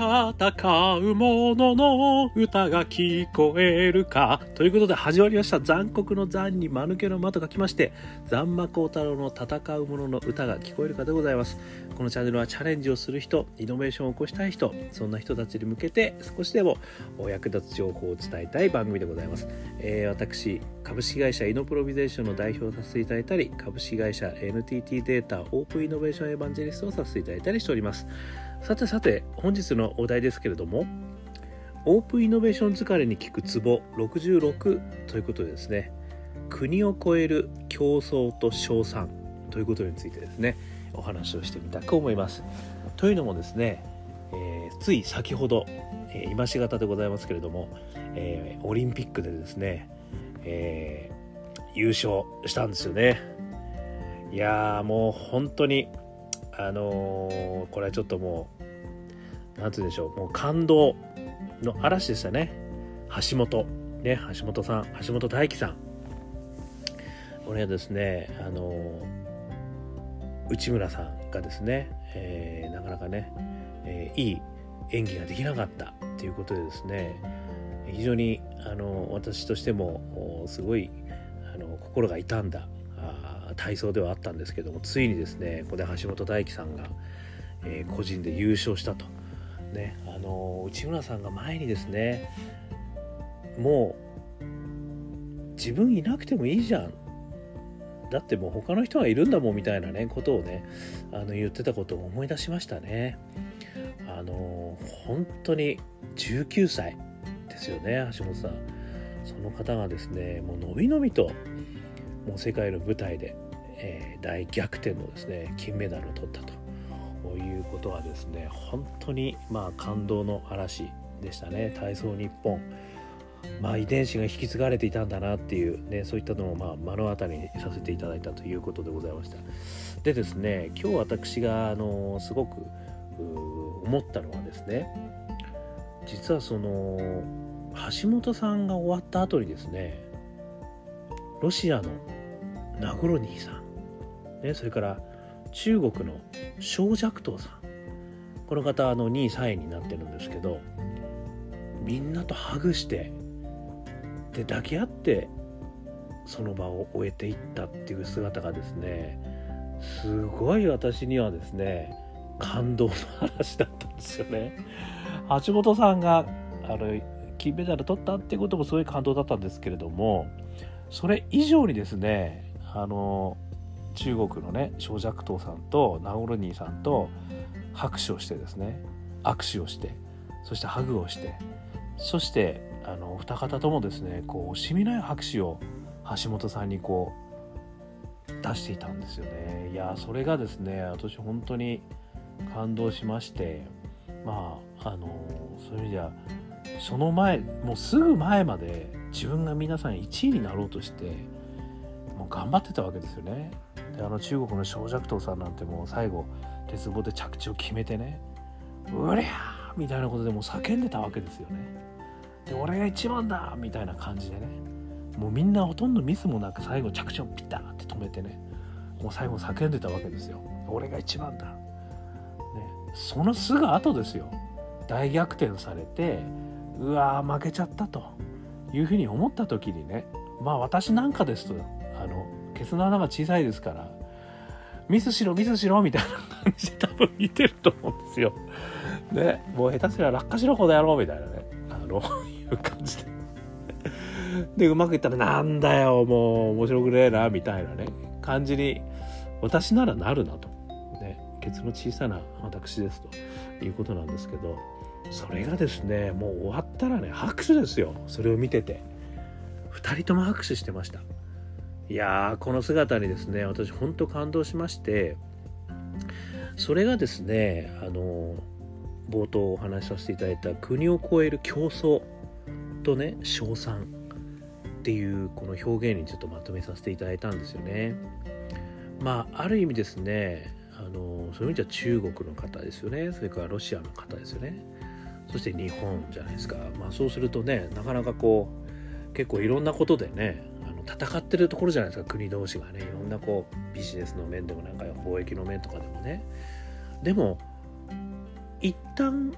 戦う者の歌が聞こえるか。ということで始まりました。残酷の残に間抜けの間と書きまして、残魔高太郎の戦う者の歌が聞こえるかでございます。このチャンネルはチャレンジをする人、イノベーションを起こしたい人、そんな人たちに向けて少しでも役立つ情報を伝えたい番組でございます。私、株式会社イノプロビゼーションの代表をさせていただいたり、株式会社 NTT データオープンイノベーションエヴァンジェリストをさせていただいたりしております。さて本日のお題ですけれども、オープンイノベーション疲れに効くツボ66ということでですね、国を超える競争と称賛ということについてですね、お話をしてみたく思います。というのもですね、つい先ほど、今しがたでございますけれども、オリンピックでですね、優勝したんですよね。いやもう本当にこれはちょっともうなんて言うんでしょう、もう感動の嵐でしたね。橋本さん、橋本大輝さん、これはですね、内村さんがですね、なかなかね、いい演技ができなかったということでですね、非常に私としてもすごい心が痛んだ体操ではあったんですけども、ついにですね、ここで橋本大輝さんが、個人で優勝したとね。内村さんが前にですね、もう自分いなくてもいいじゃん、だってもう他の人がいるんだもんみたいなねことをね言ってたことを思い出しましたね。本当に19歳ですよね、橋本さん。その方がですね、もうのびのびともう世界の舞台で、大逆転のですね金メダルを取ったということはですね、本当に感動の嵐でしたね。体操日本、遺伝子が引き継がれていたんだなっていうね、そういったのを目の当たりにさせていただいたということでございました。でですね、今日私がすごく思ったのはですね、実はその橋本さんが終わった後にですね、ロシアのナゴルニーさん、ね、それから中国の蕭若騰さん、この方2位3位になってるんですけど、みんなとハグしてで抱き合ってその場を終えていったっていう姿がですね、すごい私にはですね感動の話だったんですよね。橋本さんが金メダル取ったっていうこともすごい感動だったんですけれども、それ以上にですね、中国のね蕭若騰さんとナゴルニーさんと拍手をしてですね、握手をして、そしてハグをして、そしてお二方ともですね、こう惜しみない拍手を橋本さんにこう出していたんですよね。いや、それがですね、私本当に感動しまして、そういう意味ではその前、もうすぐ前まで自分が皆さん1位になろうとしてもう頑張ってたわけですよね。で中国の蕭若騰さんなんてもう最後鉄棒で着地を決めてね、うりゃーみたいなことでもう叫んでたわけですよね。で俺が一番だみたいな感じでね、もうみんなほとんどミスもなく最後着地をピターって止めてね、もう最後叫んでたわけですよ。俺が一番だ、ね、そのすぐ後ですよ、大逆転されて、うわー負けちゃったというふうに思った時にね、私なんかですとケツの穴が小さいですからミスしろみたいな感じで多分見てると思うんですよね。もう下手すりゃ落下しろこの野郎みたいなね、いう感じででうまくいったらなんだよもう面白くねえなみたいなね感じに私ならなるなと、ね、ケツの小さな私ですということなんですけど、それがですね、もう終わったらね拍手ですよ。それを見てて2人とも拍手してました。いやー、この姿にですね、私本当感動しまして、それがですね、冒頭お話しさせていただいた国を超える競争とね称賛っていうこの表現にちょっとまとめさせていただいたんですよね。ある意味ですね、そういう意味では中国の方ですよね、それからロシアの方ですよね、そして日本じゃないですか。そうするとね、なかなかこう結構いろんなことでね戦ってるところじゃないですか、国同士がね。いろんなこうビジネスの面でもなんか貿易の面とかでもね。でも一旦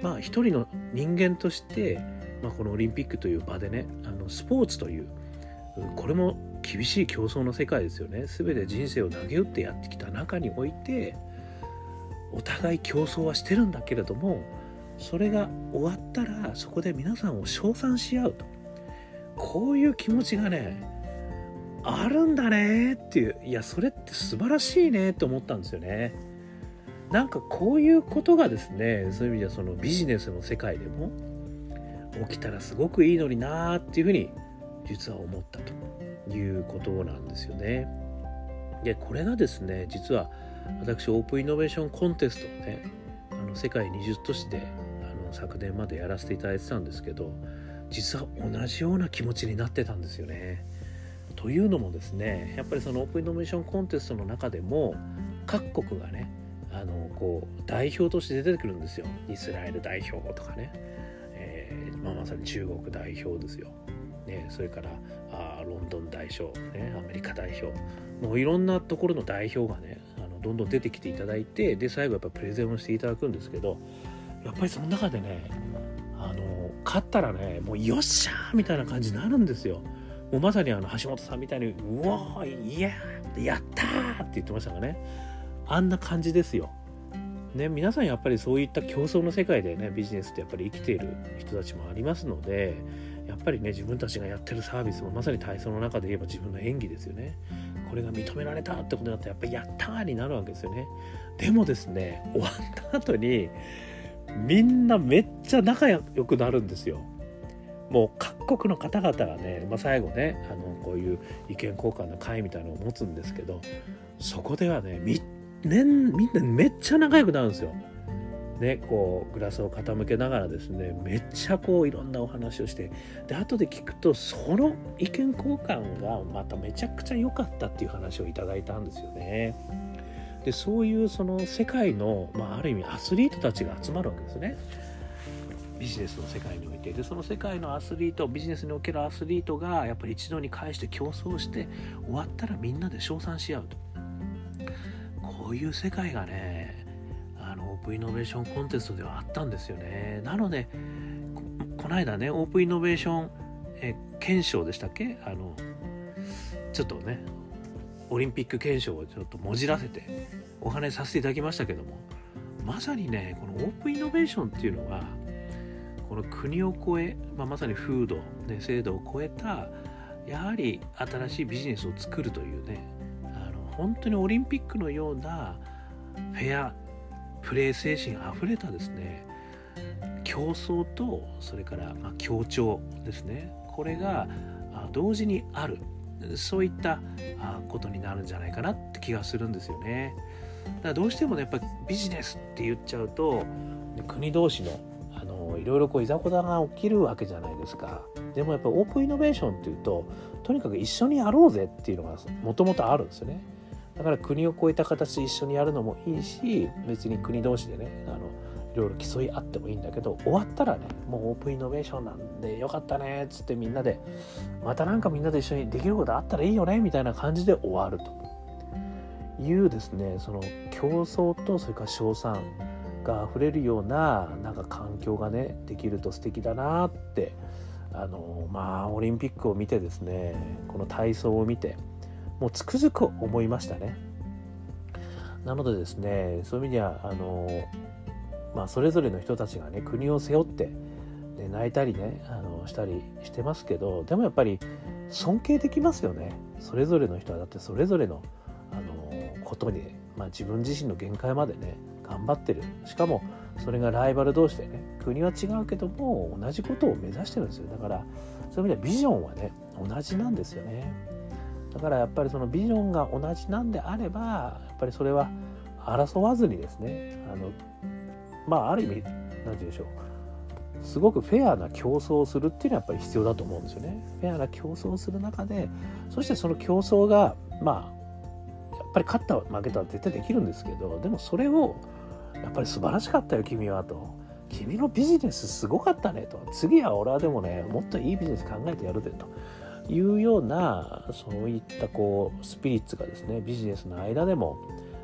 一人の人間として、このオリンピックという場でね、スポーツというこれも厳しい競争の世界ですよね。全て人生を投げ打ってやってきた中においてお互い競争はしてるんだけれども、それが終わったらそこで皆さんを称賛し合うと、こういう気持ちがねあるんだねっていう、いやそれって素晴らしいねって思ったんですよね。なんかこういうことがですね、そういう意味ではそのビジネスの世界でも起きたらすごくいいのになっていうふうに実は思ったということなんですよね。でこれがですね、実は私オープンイノベーションコンテストをね、世界20都市で昨年までやらせていただいてたんですけど、実は同じような気持ちになってたんですよね。というのもですね、やっぱりそのオープンイノベーションコンテストの中でも各国がねこう代表として出てくるんですよ。イスラエル代表とかね、まさに中国代表ですよ、ね、それからロンドン代表、ね、アメリカ代表、もういろんなところの代表がねどんどん出てきていただいて、で最後やっぱプレゼンをしていただくんですけど、やっぱりその中でね勝ったらねもうよっしゃーみたいな感じになるんですよ。もうまさに橋本さんみたいにうわーいやーやったーって言ってましたがね、あんな感じですよね。皆さんやっぱりそういった競争の世界でねビジネスってやっぱり生きている人たちもありますので、やっぱりね自分たちがやってるサービスもまさに体操の中で言えば自分の演技ですよね。これが認められたってことだったらやっぱりやったーになるわけですよね。でもですね、終わった後にみんなめっちゃ仲良くなるんですよ。もう各国の方々がね、最後ねこういう意見交換の会みたいなのを持つんですけど、そこではねみんなめっちゃ仲良くなるんですよ。ね、こうグラスを傾けながらですね、めっちゃこういろんなお話をして、で後で聞くとその意見交換がまためちゃくちゃ良かったっていう話をいただいたんですよね。でそういうその世界の、ある意味アスリートたちが集まるわけですね、ビジネスの世界において。でその世界のアスリート、ビジネスにおけるアスリートがやっぱり一堂に会して競争して終わったらみんなで称賛し合うと、こういう世界がねオープンイノベーションコンテストではあったんですよね。なのでこの間ねオープンイノベーション憲章でしたっけ、ちょっとねオリンピック憲章をちょっともじらせてお話しさせていただきましたけども、まさにねこのオープンイノベーションっていうのはこの国を超え、まさに風土、ね、制度を超えたやはり新しいビジネスを作るというね、本当にオリンピックのようなフェアプレー精神あふれたですね競争と、それから協調ですね、これが同時にある、そういったことになるんじゃないかなって気がするんですよね。だからどうしてもねやっぱりビジネスって言っちゃうと国同士のいろいろこういざこざが起きるわけじゃないですか。でもやっぱオープンイノベーションっていうととにかく一緒にやろうぜっていうのがもともとあるんですよね。だから国を越えた形で一緒にやるのもいいし、別に国同士でねいろいろ競い合ってもいいんだけど、終わったらねもうオープンイノベーションなんでよかったねっつってみんなでまたなんかみんなで一緒にできることあったらいいよねみたいな感じで終わるというですね、その競争とそれから称賛が溢れるようななんか環境がねできると素敵だなってオリンピックを見てですね、この体操を見てもうつくづく思いましたね。なのでですね、そういう意味ではそれぞれの人たちがね国を背負って、ね、泣いたりねしたりしてますけど、でもやっぱり尊敬できますよね。それぞれの人はだってそれぞれのことに、自分自身の限界までね頑張ってる。しかもそれがライバル同士でね、国は違うけども同じことを目指してるんですよ。だからそういう意味ではビジョンはね同じなんですよね。だからやっぱりそのビジョンが同じなんであれば、やっぱりそれは争わずにですね、ある意味なんて言うんでしょう、すごくフェアな競争をするっていうのはやっぱり必要だと思うんですよね。フェアな競争をする中で、そしてその競争がやっぱり勝った負けたは絶対できるんですけど、でもそれをやっぱり素晴らしかったよ君はと、君のビジネスすごかったねと、次は俺はでもねもっといいビジネス考えてやるぜというような、そういったこうスピリッツがですねビジネスの間でも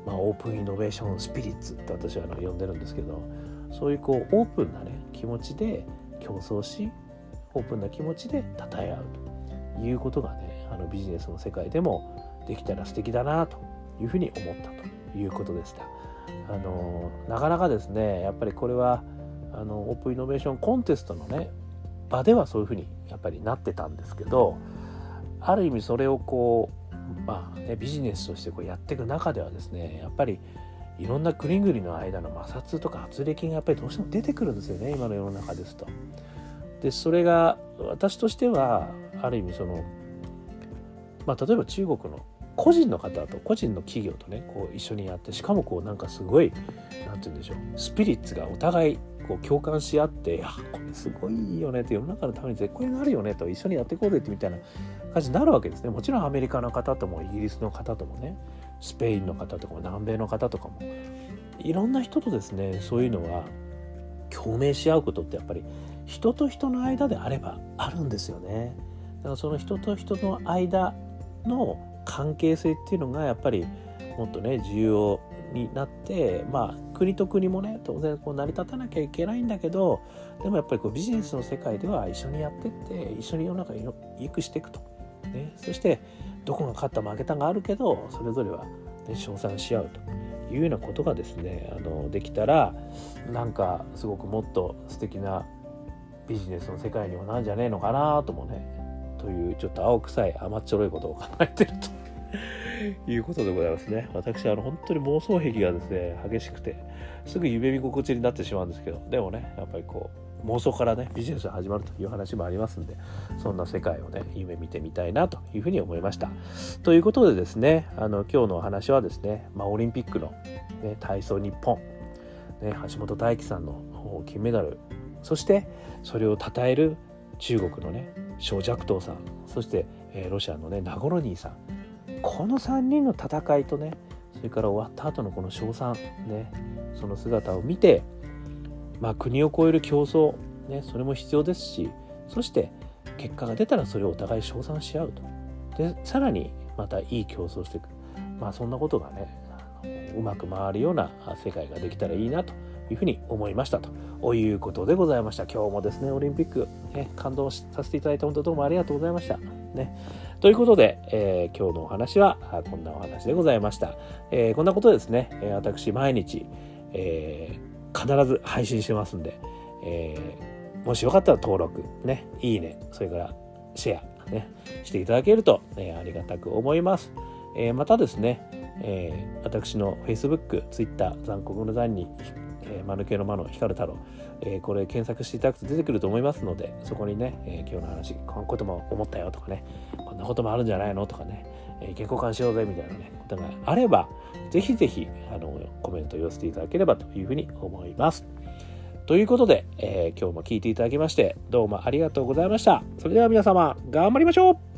オープンイノベーションスピリッツって私は呼んでるんですけど、そういうこうオープンなね気持ちで競争し、オープンな気持ちで称え合うということがね、ビジネスの世界でもできたら素敵だなというふうに思ったということでした。なかなかですね、やっぱりこれはオープンイノベーションコンテストのね場ではそういうふうにやっぱりなってたんですけど、ある意味それをこうビジネスとしてこうやっていく中ではですね、やっぱりいろんな国々の間の摩擦とか圧力がやっぱりどうしても出てくるんですよね、今の世の中ですと。でそれが私としてはある意味例えば中国の個人の方と個人の企業とねこう一緒にやって、しかもこうなんかすごいなんて言うんでしょう、スピリッツがお互いこう共感し合って、いやこれすごいいいよねって、世の中のために絶対になるよねと、一緒にやっていこうぜってみたいな感じになるわけですね。もちろんアメリカの方ともイギリスの方ともね、スペインの方とかも南米の方とかも、いろんな人とですね、そういうのは共鳴し合うことってやっぱり人と人の間であればあるんですよね。だからその人と人の間の関係性っていうのがやっぱりもっとね重要になって、国と国もね当然こう成り立たなきゃいけないんだけど、でもやっぱりこうビジネスの世界では一緒にやってって一緒に世の中に良くしていくと、ね、そしてどこが勝った負けたがあるけどそれぞれは、ね、称賛し合うというようなことがですねできたら、なんかすごくもっと素敵なビジネスの世界にもなるんじゃねえのかなともね、というちょっと青臭い甘っちょろいことを考えてるということでございますね。私本当に妄想癖がですね激しくて、すぐ夢見心地になってしまうんですけど、でもねやっぱりこう妄想からねビジネスが始まるという話もありますんで、そんな世界をね夢見てみたいなというふうに思いました。ということでですね、今日のお話はですね、オリンピックの、ね、体操日本、ね、橋本大輝さんの金メダル、そしてそれを称える中国のね蕭若騰さん、そして、ロシアのねナゴルニーさん、この3人の戦いとね、それから終わった後のこの称賛ね、その姿を見て、国を超える競争ね、それも必要ですし、そして結果が出たらそれをお互い称賛し合うと、でさらにまたいい競争していく、そんなことがねうまく回るような世界ができたらいいなというふうに思いましたということでございました。今日もですねオリンピック、感動させていただいて本当どうもありがとうございました、ということで、今日のお話はこんなお話でございました。こんなことですね、私毎日、必ず配信してますんで、もしよかったら登録ね、いいね、それからシェアねしていただけると、ありがたく思います。またですね、私の Facebook、Twitter 残酷の残に間抜けの間の光る太郎、これ検索していただくと出てくると思いますので、そこにね、今日の話このことも思ったよとかね、こんなこともあるんじゃないのとかね、意見交換しようぜみたいなねことがあれば、ぜひぜひコメントを寄せていただければというふうに思います。ということで、今日も聞いていただきましてどうもありがとうございました。それでは皆様頑張りましょう。